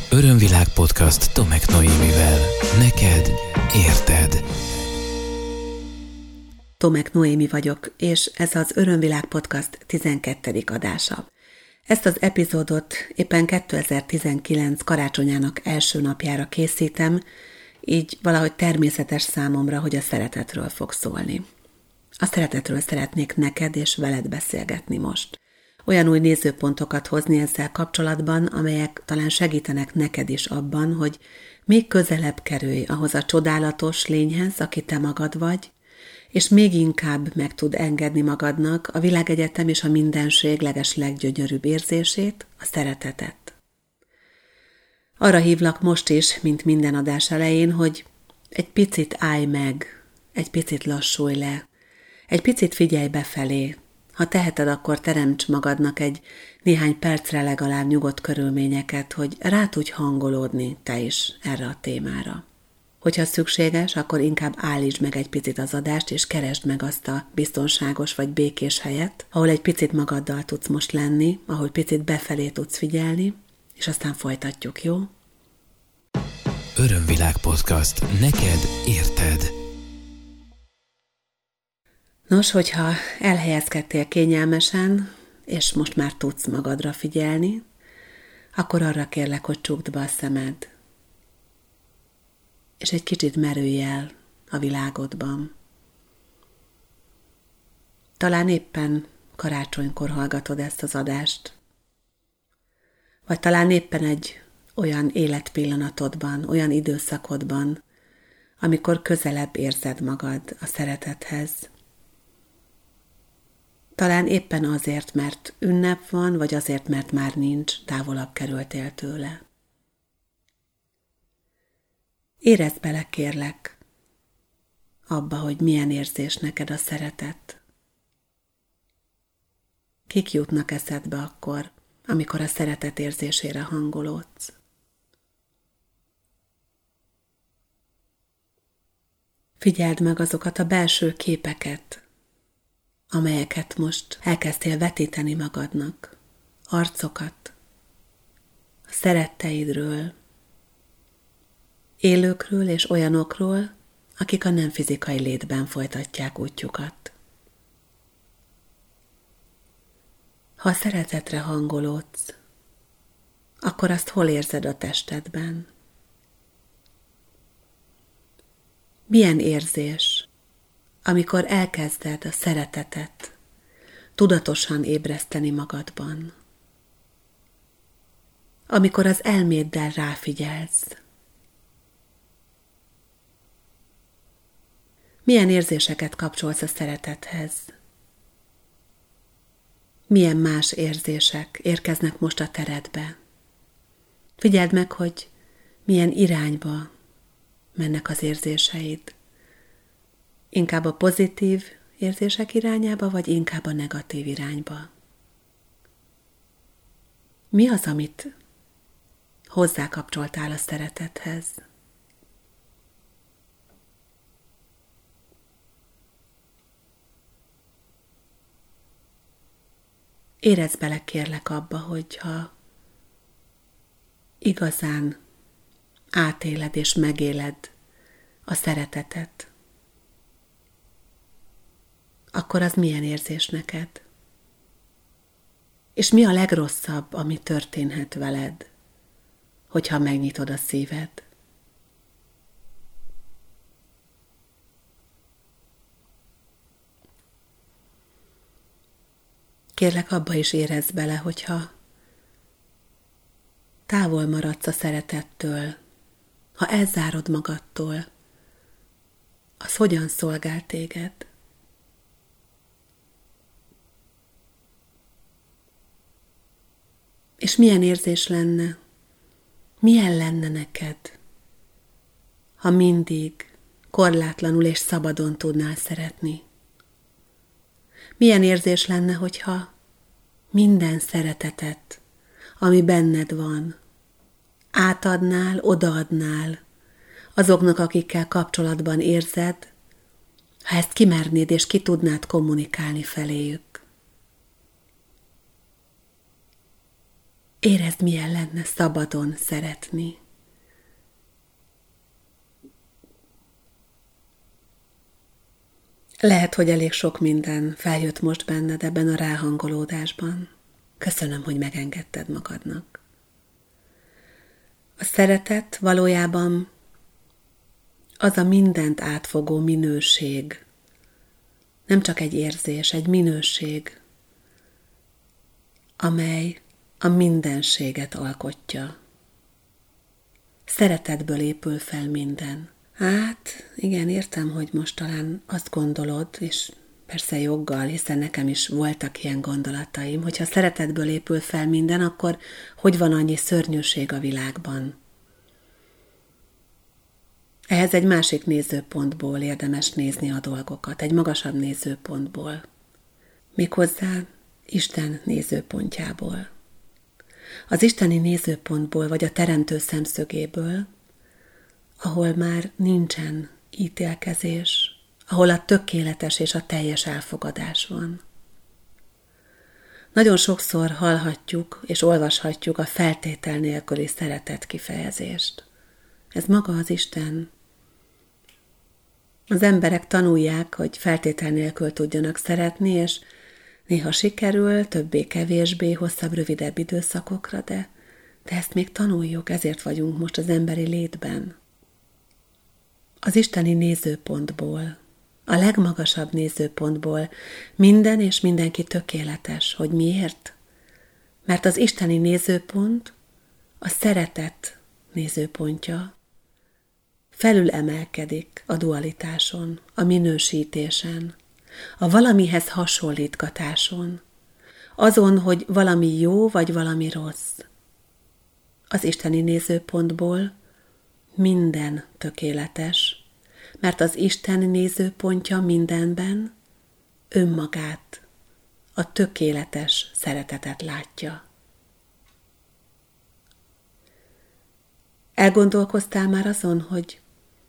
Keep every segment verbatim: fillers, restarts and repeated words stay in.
Örömvilág podcast Tomek Noémivel. Neked érted. Tomek Noémi vagyok, és ez az Örömvilág podcast tizenkettedik adása. Ezt az epizódot éppen kétezer-tizenkilenc karácsonyának első napjára készítem, így valahogy természetes számomra, hogy a szeretetről fog szólni. A szeretetről szeretnék neked és veled beszélgetni most. Olyan új nézőpontokat hozni ezzel kapcsolatban, amelyek talán segítenek neked is abban, hogy még közelebb kerülj ahhoz a csodálatos lényhez, aki te magad vagy, és még inkább meg tud engedni magadnak a világegyetem és a mindenség leges leggyönyörűbb érzését, a szeretetet. Arra hívlak most is, mint minden adás elején, hogy egy picit állj meg, egy picit lassulj le, egy picit figyelj befelé. Ha teheted, akkor teremts magadnak egy néhány percre legalább nyugodt körülményeket, hogy rá tudj hangolódni te is erre a témára. Hogyha szükséges, akkor inkább állítsd meg egy picit az adást, és keresd meg azt a biztonságos vagy békés helyet, ahol egy picit magaddal tudsz most lenni, ahol picit befelé tudsz figyelni, és aztán folytatjuk, jó? Örömvilág podcast. Neked érted. Nos, hogyha elhelyezkedtél kényelmesen, és most már tudsz magadra figyelni, akkor arra kérlek, hogy csukd be a szemed, és egy kicsit merülj el a világodban. Talán éppen karácsonykor hallgatod ezt az adást, vagy talán éppen egy olyan életpillanatodban, olyan időszakodban, amikor közelebb érzed magad a szeretethez. Talán éppen azért, mert ünnep van, vagy azért, mert már nincs, távolabb kerültél tőle. Érezd bele, kérlek, abba, hogy milyen érzés neked a szeretet. Kik jutnak eszedbe akkor, amikor a szeretet érzésére hangolódsz? Figyeld meg azokat a belső képeket, amelyeket most elkezdtél vetíteni magadnak, arcokat, a szeretteidről, élőkről és olyanokról, akik a nem fizikai létben folytatják útjukat. Ha a szeretetre hangolódsz, akkor azt hol érzed a testedben? Milyen érzés, amikor elkezded a szeretetet tudatosan ébreszteni magadban? Amikor az elméddel ráfigyelsz? Milyen érzéseket kapcsolsz a szeretethez? Milyen más érzések érkeznek most a teredbe? Figyeld meg, hogy milyen irányba mennek az érzéseid. Inkább a pozitív érzések irányába, vagy inkább a negatív irányba? Mi az, amit hozzákapcsoltál a szeretethez? Érezd bele, kérlek, abba, hogyha igazán átéled és megéled a szeretetet, akkor az milyen érzés neked? És mi a legrosszabb, ami történhet veled, hogyha megnyitod a szíved? Kérlek, abba is érezd bele, hogyha távol maradsz a szeretettől, ha elzárod magadtól, az hogyan szolgál téged? És milyen érzés lenne, milyen lenne neked, ha mindig korlátlanul és szabadon tudnál szeretni? Milyen érzés lenne, hogyha minden szeretetet, ami benned van, átadnál, odaadnál azoknak, akikkel kapcsolatban érzed, ha ezt kimernéd és ki tudnád kommunikálni feléjük? Érezd, milyen lenne szabadon szeretni. Lehet, hogy elég sok minden feljött most benned ebben a ráhangolódásban. Köszönöm, hogy megengedted magadnak. A szeretet valójában az a mindent átfogó minőség. Nem csak egy érzés, egy minőség, amely a mindenséget alkotja. Szeretetből épül fel minden. Hát, igen, értem, hogy most talán azt gondolod, és persze joggal, hiszen nekem is voltak ilyen gondolataim, hogyha szeretetből épül fel minden, akkor hogy van annyi szörnyűség a világban? Ehhez egy másik nézőpontból érdemes nézni a dolgokat, egy magasabb nézőpontból. Méghozzá Isten nézőpontjából. Az isteni nézőpontból, vagy a teremtő szemszögéből, ahol már nincsen ítélkezés, ahol a tökéletes és a teljes elfogadás van. Nagyon sokszor hallhatjuk és olvashatjuk a feltétel nélküli szeretet kifejezést. Ez maga az Isten. Az emberek tanulják, hogy feltétel nélkül tudjanak szeretni, és néha sikerül, többé-kevésbé, hosszabb, rövidebb időszakokra, de, de ezt még tanuljuk, ezért vagyunk most az emberi létben. Az isteni nézőpontból, a legmagasabb nézőpontból minden és mindenki tökéletes. Hogy miért? Mert az isteni nézőpont, a szeretet nézőpontja felül emelkedik a dualitáson, a minősítésen, a valamihez hasonlítgatáson, azon, hogy valami jó vagy valami rossz. Az isteni nézőpontból minden tökéletes, mert az Isten nézőpontja mindenben önmagát, a tökéletes szeretetet látja. Elgondolkoztál már azon, hogy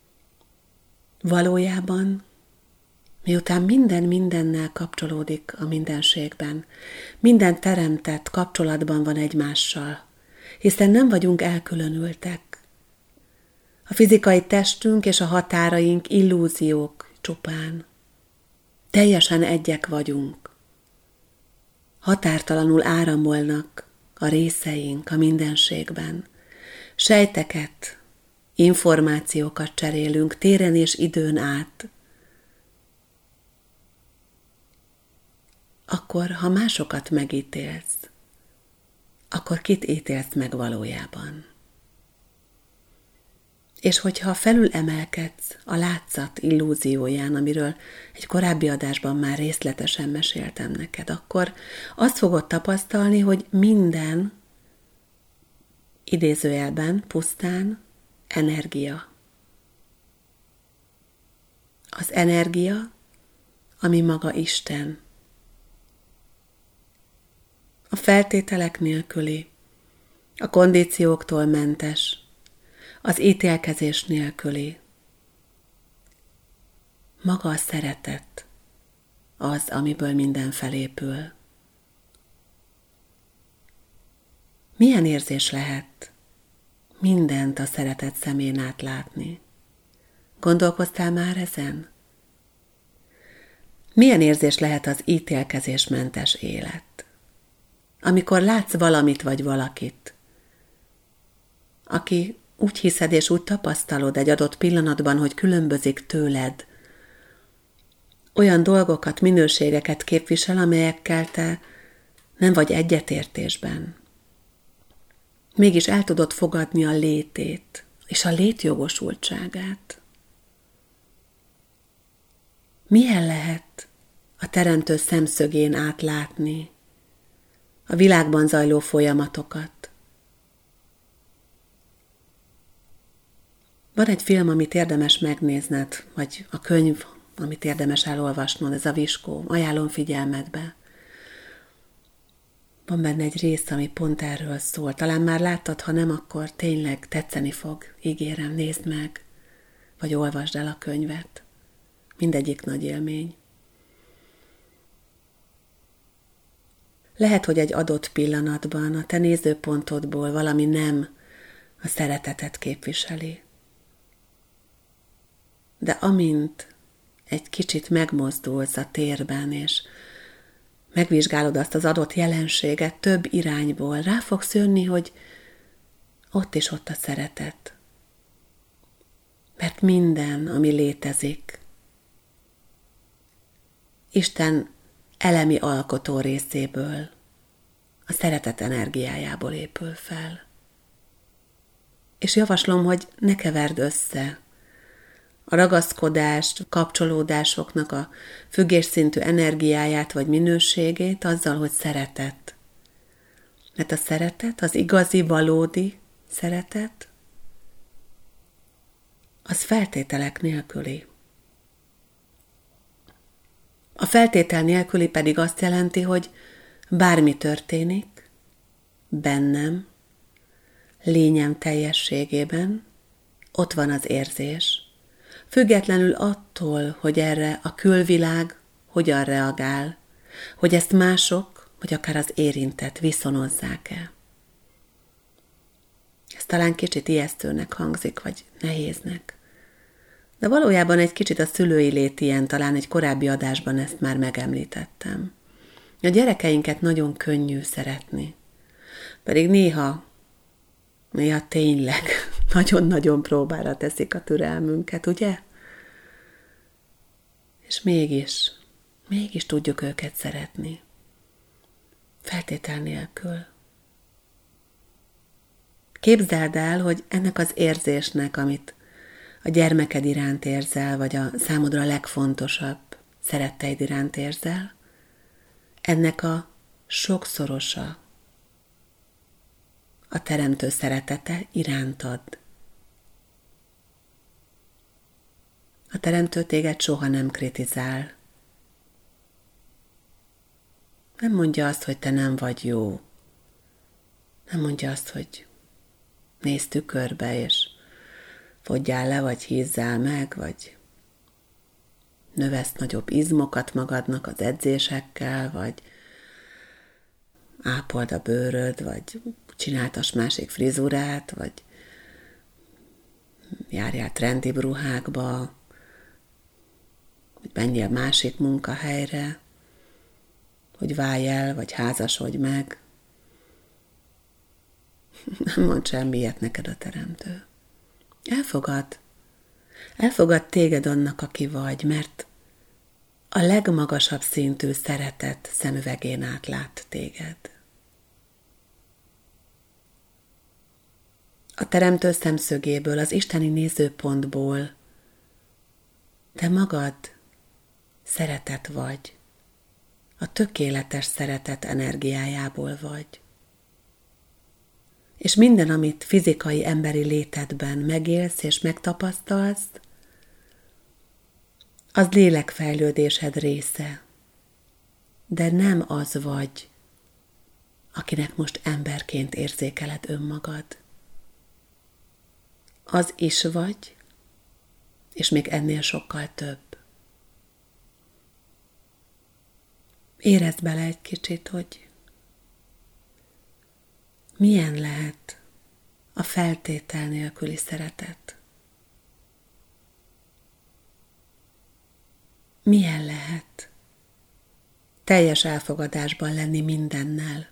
valójában, miután minden mindennel kapcsolódik a mindenségben, minden teremtett kapcsolatban van egymással, hiszen nem vagyunk elkülönültek. A fizikai testünk és a határaink illúziók csupán. Teljesen egyek vagyunk. Határtalanul áramolnak a részeink a mindenségben. Sejteket, információkat cserélünk téren és időn át. Akkor, ha másokat megítélsz, akkor kit ítélsz meg valójában? És hogyha felül emelkedsz a látszat illúzióján, amiről egy korábbi adásban már részletesen meséltem neked, akkor azt fogod tapasztalni, hogy minden idézőjelben pusztán energia. Az energia, ami maga Isten. A feltételek nélküli, a kondícióktól mentes, az ítélkezés nélküli. Maga a szeretet az, amiből minden felépül. Milyen érzés lehet mindent a szeretet szemén át látni? Gondolkoztál már ezen? Milyen érzés lehet az ítélkezésmentes élet? Amikor látsz valamit vagy valakit, aki úgy hiszed és úgy tapasztalod egy adott pillanatban, hogy különbözik tőled, olyan dolgokat, minőségeket képvisel, amelyekkel te nem vagy egyetértésben. Mégis el tudod fogadni a létét és a létjogosultságát. Milyen lehet a teremtő szemszögén átlátni a világban zajló folyamatokat? Van egy film, amit érdemes megnézned, vagy a könyv, amit érdemes elolvasnod, ez a Viskó. Ajánlom figyelmedbe. Van benne egy rész, ami pont erről szól. Talán már láttad, ha nem, akkor tényleg tetszeni fog. Ígérem, nézd meg, vagy olvasd el a könyvet. Mindegyik nagy élmény. Lehet, hogy egy adott pillanatban a te nézőpontodból valami nem a szeretetet képviseli. De amint egy kicsit megmozdulsz a térben, és megvizsgálod azt az adott jelenséget több irányból, rá fogsz jönni, hogy ott is ott a szeretet. Mert minden, ami létezik, Isten elemi alkotó részéből, a szeretet energiájából épül fel. És javaslom, hogy ne keverd össze a ragaszkodást, kapcsolódásoknak a függésszintű energiáját vagy minőségét azzal, hogy szeretet. Mert a szeretet, az igazi, valódi szeretet, az feltételek nélküli. A feltétel nélküli pedig azt jelenti, hogy bármi történik, bennem, lényem teljességében, ott van az érzés, függetlenül attól, hogy erre a külvilág hogyan reagál, hogy ezt mások, vagy akár az érintett viszonozzák-e. Ez talán kicsit ijesztőnek hangzik, vagy nehéznek. De valójában egy kicsit a szülői lét ilyen, talán egy korábbi adásban ezt már megemlítettem. A gyerekeinket nagyon könnyű szeretni. Pedig néha, néha tényleg nagyon-nagyon próbára teszik a türelmünket, ugye? És mégis, mégis tudjuk őket szeretni. Feltétel nélkül. Képzeld el, hogy ennek az érzésnek, amit a gyermeked iránt érzel, vagy a számodra legfontosabb szeretteid iránt érzel, ennek a sokszorosa a teremtő szeretete irántad. A teremtő téged soha nem kritizál. Nem mondja azt, hogy te nem vagy jó. Nem mondja azt, hogy nézz tükörbe, és fogyjál le, vagy hízzál meg, vagy növesz nagyobb izmokat magadnak az edzésekkel, vagy ápold a bőröd, vagy csináltass másik frizurát, vagy járjál trendibb ruhákba, vagy menjél másik munkahelyre, hogy válj el, vagy házasodj meg. Nem mond semmi ilyet neked a teremtő. Elfogad. Elfogad téged annak, aki vagy, mert a legmagasabb szintű szeretet szemüvegén át lát téged. A teremtő szemszögéből, az isteni nézőpontból te magad szeretet vagy. A tökéletes szeretet energiájából vagy. És minden, amit fizikai, emberi létedben megélsz és megtapasztalsz, az lélekfejlődésed része. De nem az vagy, akinek most emberként érzékeled önmagad. Az is vagy, és még ennél sokkal több. Érezd bele egy kicsit, hogy milyen lehet a feltétel nélküli szeretet. Milyen lehet teljes elfogadásban lenni mindennel.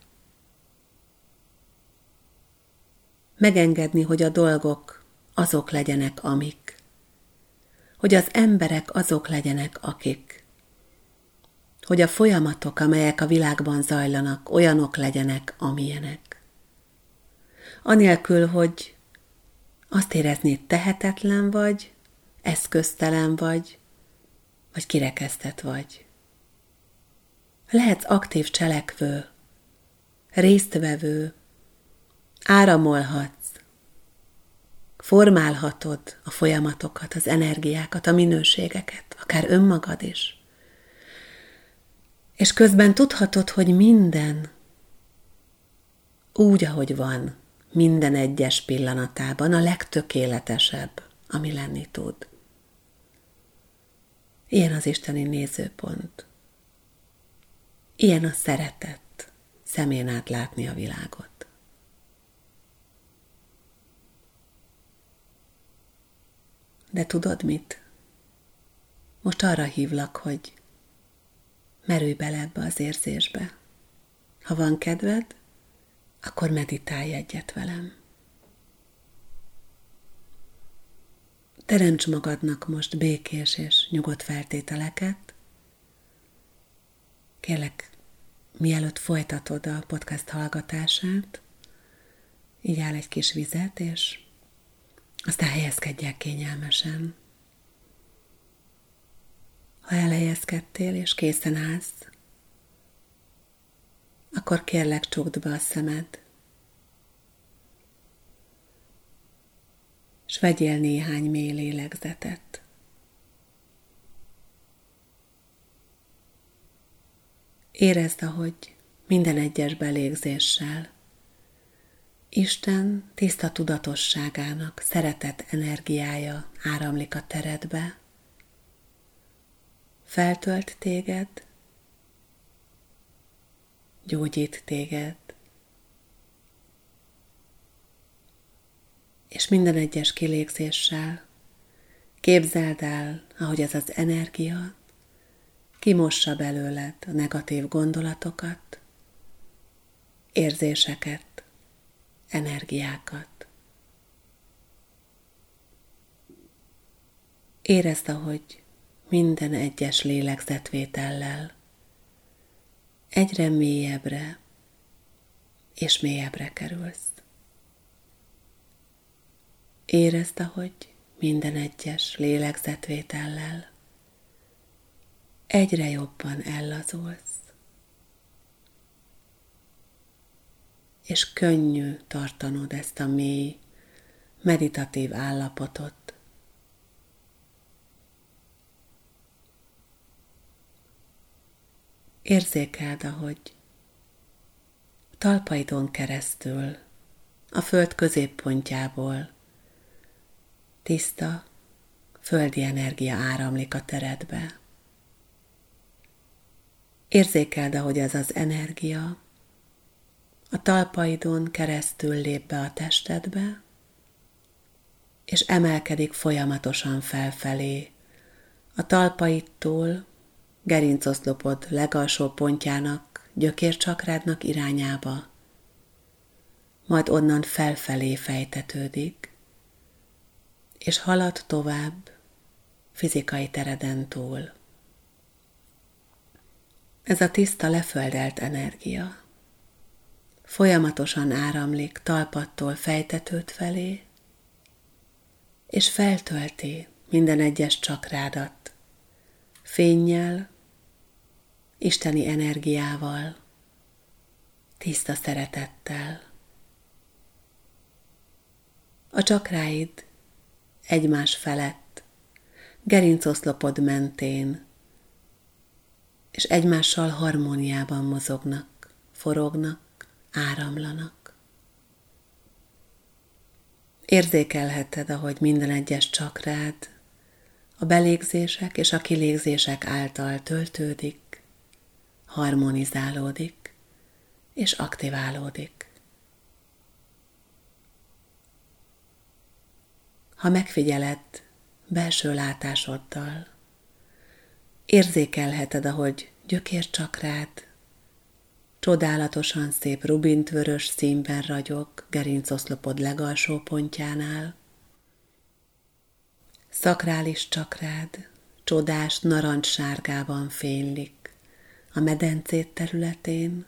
Megengedni, hogy a dolgok azok legyenek, amik. Hogy az emberek azok legyenek, akik. Hogy a folyamatok, amelyek a világban zajlanak, olyanok legyenek, amilyenek. Anélkül, hogy azt éreznéd, tehetetlen vagy, eszköztelen vagy, vagy kirekesztett vagy. Lehetsz aktív cselekvő, résztvevő, áramolhatsz, formálhatod a folyamatokat, az energiákat, a minőségeket, akár önmagad is. És közben tudhatod, hogy minden úgy, ahogy van, minden egyes pillanatában a legtökéletesebb, ami lenni tud. Ilyen az isteni nézőpont. Ilyen a szeretet szemén át látni a világot. De tudod mit? Most arra hívlak, hogy merülj bele ebbe az érzésbe. Ha van kedved, akkor meditálj egyet velem. Teremts magadnak most békés és nyugodt feltételeket. Kérlek, mielőtt folytatod a podcast hallgatását, így áll egy kis vizet, és aztán helyezkedj el kényelmesen. Ha elhelyezkedtél és készen állsz, akkor kérlek, csukd be a szemed, és vegyél néhány mély lélegzetet. Érezd, ahogy minden egyes belégzéssel Isten tiszta tudatosságának szeretet energiája áramlik a teredbe, feltölt téged, gyógyít téged, és minden egyes kilégzéssel képzeld el, ahogy ez az energia kimossa belőled a negatív gondolatokat, érzéseket, energiákat. Érezd, ahogy minden egyes lélegzetvétellel egyre mélyebbre és mélyebbre kerülsz. Érezd, ahogy minden egyes lélegzetvétellel egyre jobban ellazulsz, és könnyű tartanod ezt a mély, meditatív állapotot. Érzékeld, ahogy talpaidon keresztül, a föld középpontjából tiszta, földi energia áramlik a teredbe. Érzékeld, ahogy ez az energia a talpaidon keresztül lép be a testedbe, és emelkedik folyamatosan felfelé, a talpaidtól gerincoszlopod legalsó pontjának, gyökércsakrádnak irányába, majd onnan felfelé fejtetődik, és halad tovább fizikai tereden túl. Ez a tiszta leföldelt energia folyamatosan áramlik talpattól fejtetőd felé, és feltölti minden egyes csakrádat fénnyel, isteni energiával, tiszta szeretettel. A csakráid egymás felett, gerincoszlopod mentén, és egymással harmóniában mozognak, forognak, áramlanak. Érzékelheted, ahogy minden egyes csakrád a belégzések és a kilégzések által töltődik, harmonizálódik és aktiválódik. Ha megfigyeled belső látásoddal, érzékelheted, ahogy gyökércsakrád csodálatosan szép rubintvörös színben ragyog gerincoszlopod legalsó pontjánál, szakrális csakrád csodás narancssárgában fénylik a medencét területén,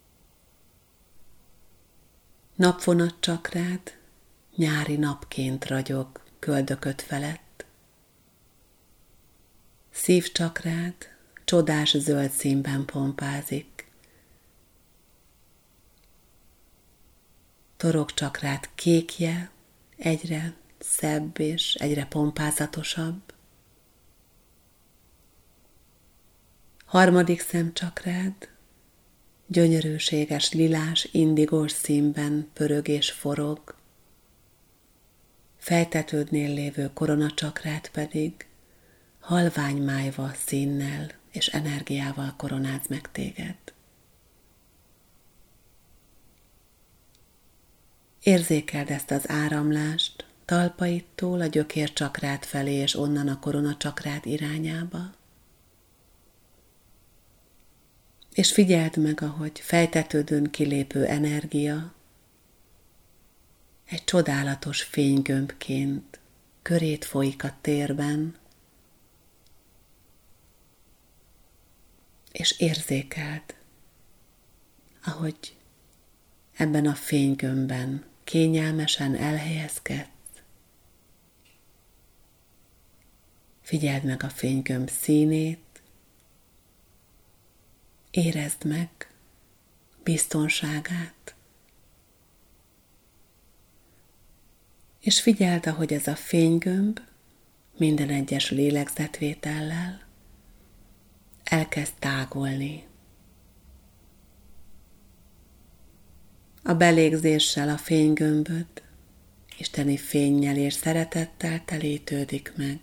napvonat csakrád nyári napként ragyog köldököd felett, szívcsakrád csodás zöld színben pompázik, torokcsakrád kékje egyre szebb és egyre pompázatosabb, harmadik szemcsakrád gyönyörűséges lilás indigós színben pörög és forog, fejtetődnél lévő koronacsakrád pedig halványmájva színnel és energiával koronáz meg téged. Érzékeld ezt az áramlást talpaidtól a gyökércsakrát felé, és onnan a koronacsakrát irányába. És figyeld meg, ahogy fejtetődön kilépő energia egy csodálatos fénygömbként körét folyik a térben, és érzékeld, ahogy ebben a fénygömbben kényelmesen elhelyezkedsz. Figyeld meg a fénygömb színét, érezd meg biztonságát, és figyeld, ahogy ez a fénygömb minden egyes lélegzetvétellel elkezd tágulni. A belégzéssel a fénygömböd isteni fénnyel és szeretettel telítődik meg,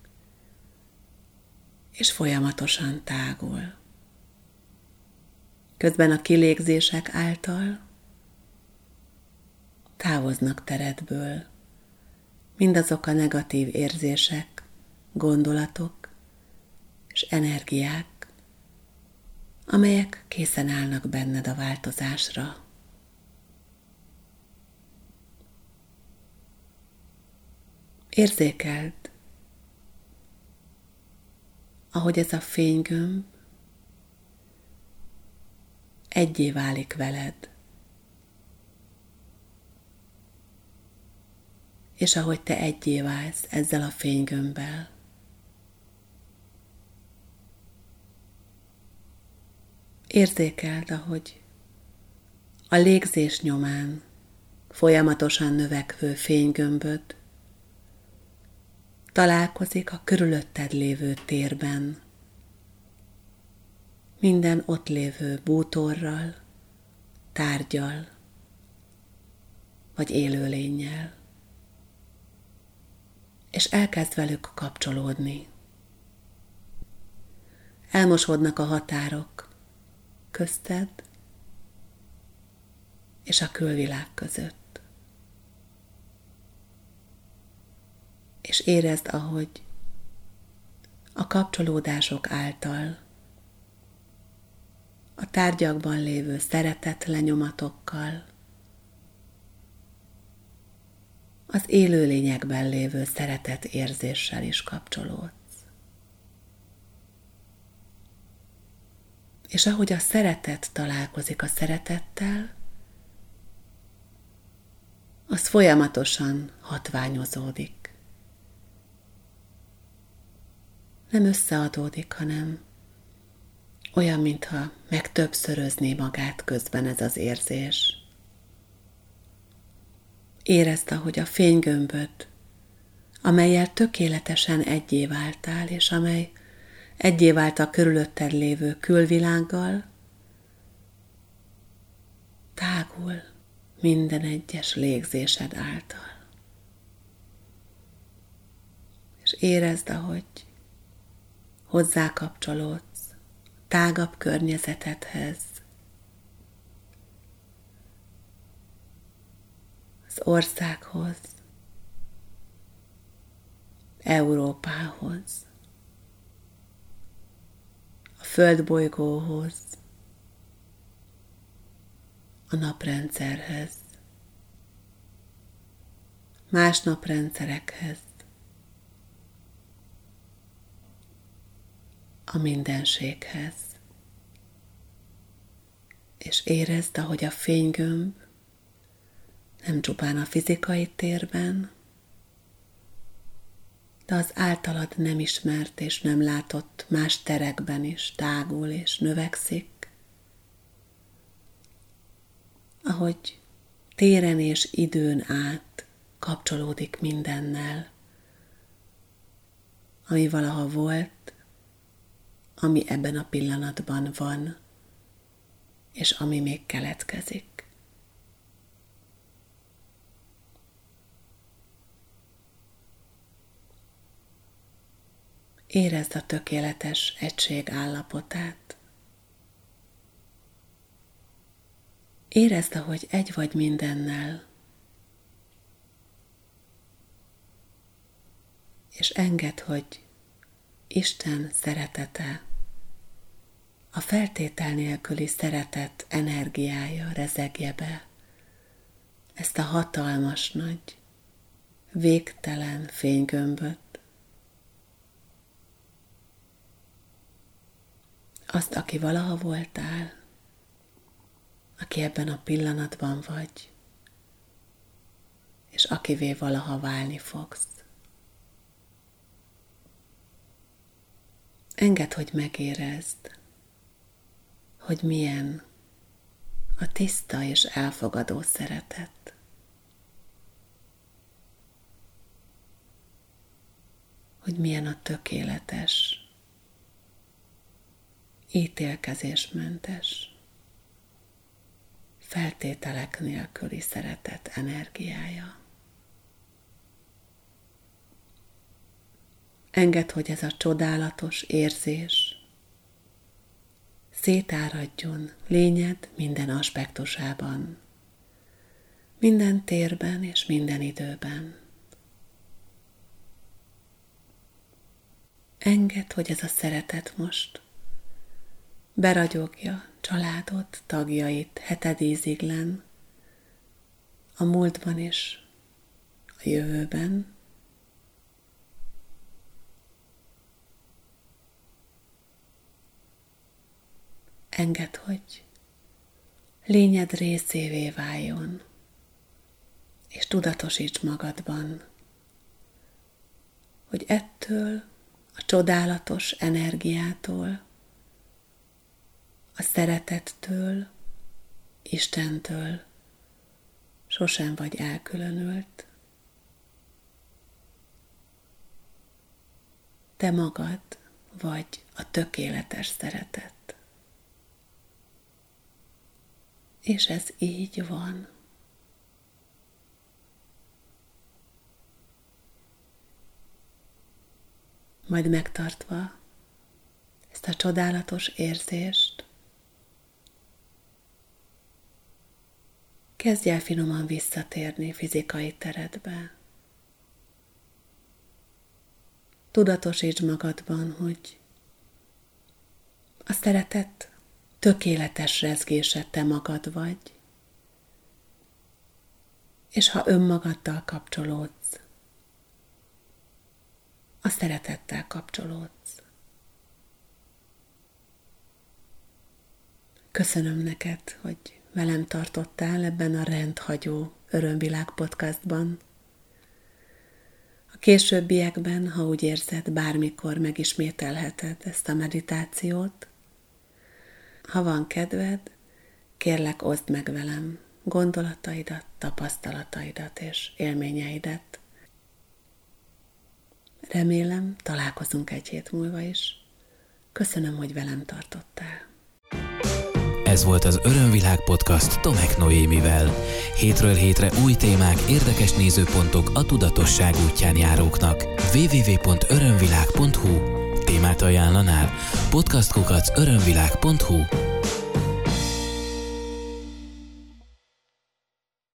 és folyamatosan tágul. Közben a kilégzések által távoznak teredből mindazok a negatív érzések, gondolatok és energiák, amelyek készen állnak benned a változásra. Érzékeld, ahogy ez a fénygömb eggyé válik veled, és ahogy te eggyé válsz ezzel a fénygömbbel. Érzékeld, ahogy a légzés nyomán folyamatosan növekvő fénygömböd találkozik a körülötted lévő térben minden ott lévő bútorral, tárggyal vagy élőlénnyel, és elkezd velük kapcsolódni. Elmosódnak a határok közted és a külvilág között. És érezd, ahogy a kapcsolódások által a tárgyakban lévő szeretet lenyomatokkal, az élőlényekben lévő szeretet érzéssel is kapcsolódsz. És ahogy a szeretet találkozik a szeretettel, az folyamatosan hatványozódik. Nem összeadódik, hanem olyan, mintha megtöbbszörözné magát közben ez az érzés. Érezd, ahogy a fénygömböd, amellyel tökéletesen eggyé váltál, és amely eggyé vált a körülötted lévő külvilággal, tágul minden egyes légzésed által. És érezd, ahogy hozzákapcsolódsz tágabb környezetedhez, az országhoz, Európához, a földbolygóhoz, a naprendszerhez, más naprendszerekhez, a mindenséghez. És érezd, ahogy a fénygömb nem csupán a fizikai térben, de az általad nem ismert és nem látott más terekben is tágul és növekszik, ahogy téren és időn át kapcsolódik mindennel, ami valaha volt, ami ebben a pillanatban van, és ami még keletkezik. Érezd a tökéletes egység állapotát. Érezd, ahogy egy vagy mindennel, és engedd, hogy Isten szeretete, a feltétel nélküli szeretet energiája rezegje be ezt a hatalmas nagy, végtelen fénygömböt, azt, aki valaha voltál, aki ebben a pillanatban vagy, és akivé valaha válni fogsz. Engedd, hogy megérezd, hogy milyen a tiszta és elfogadó szeretet. Hogy milyen a tökéletes, ítélkezésmentes, feltételek nélküli szeretet energiája. Engedd, hogy ez a csodálatos érzés szétáradjon lényed minden aspektusában, minden térben és minden időben. Engedd, hogy ez a szeretet most beragyogja családod tagjait hetedíziglen, a múltban is, a jövőben. Engedd, hogy lényed részévé váljon, és tudatosíts magadban, hogy ettől a csodálatos energiától, a szeretettől, Istentől sosem vagy elkülönült. Te magad vagy a tökéletes szeretet. És ez így van. Majd megtartva ezt a csodálatos érzést, kezdj el finoman visszatérni fizikai teredbe. Tudatosítsd magadban, hogy a szeretet tökéletes rezgése te magad vagy, és ha önmagaddal kapcsolódsz, a szeretettel kapcsolódsz. Köszönöm neked, hogy velem tartottál ebben a rendhagyó Örömvilág podcastban. A későbbiekben, ha úgy érzed, bármikor megismételheted ezt a meditációt. Ha van kedved, kérlek, oszd meg velem gondolataidat, tapasztalataidat és élményeidet. Remélem, találkozunk egy hét múlva is. Köszönöm, hogy velem tartottál. Ez volt az Örömvilág podcast Tomek Noémivel. Hétről hétre új témák, érdekes nézőpontok a tudatosság útján járóknak. double-u double-u double-u pont örömvilág pont hu Témát ajánlanál? podcast kukac örömvilág pont hu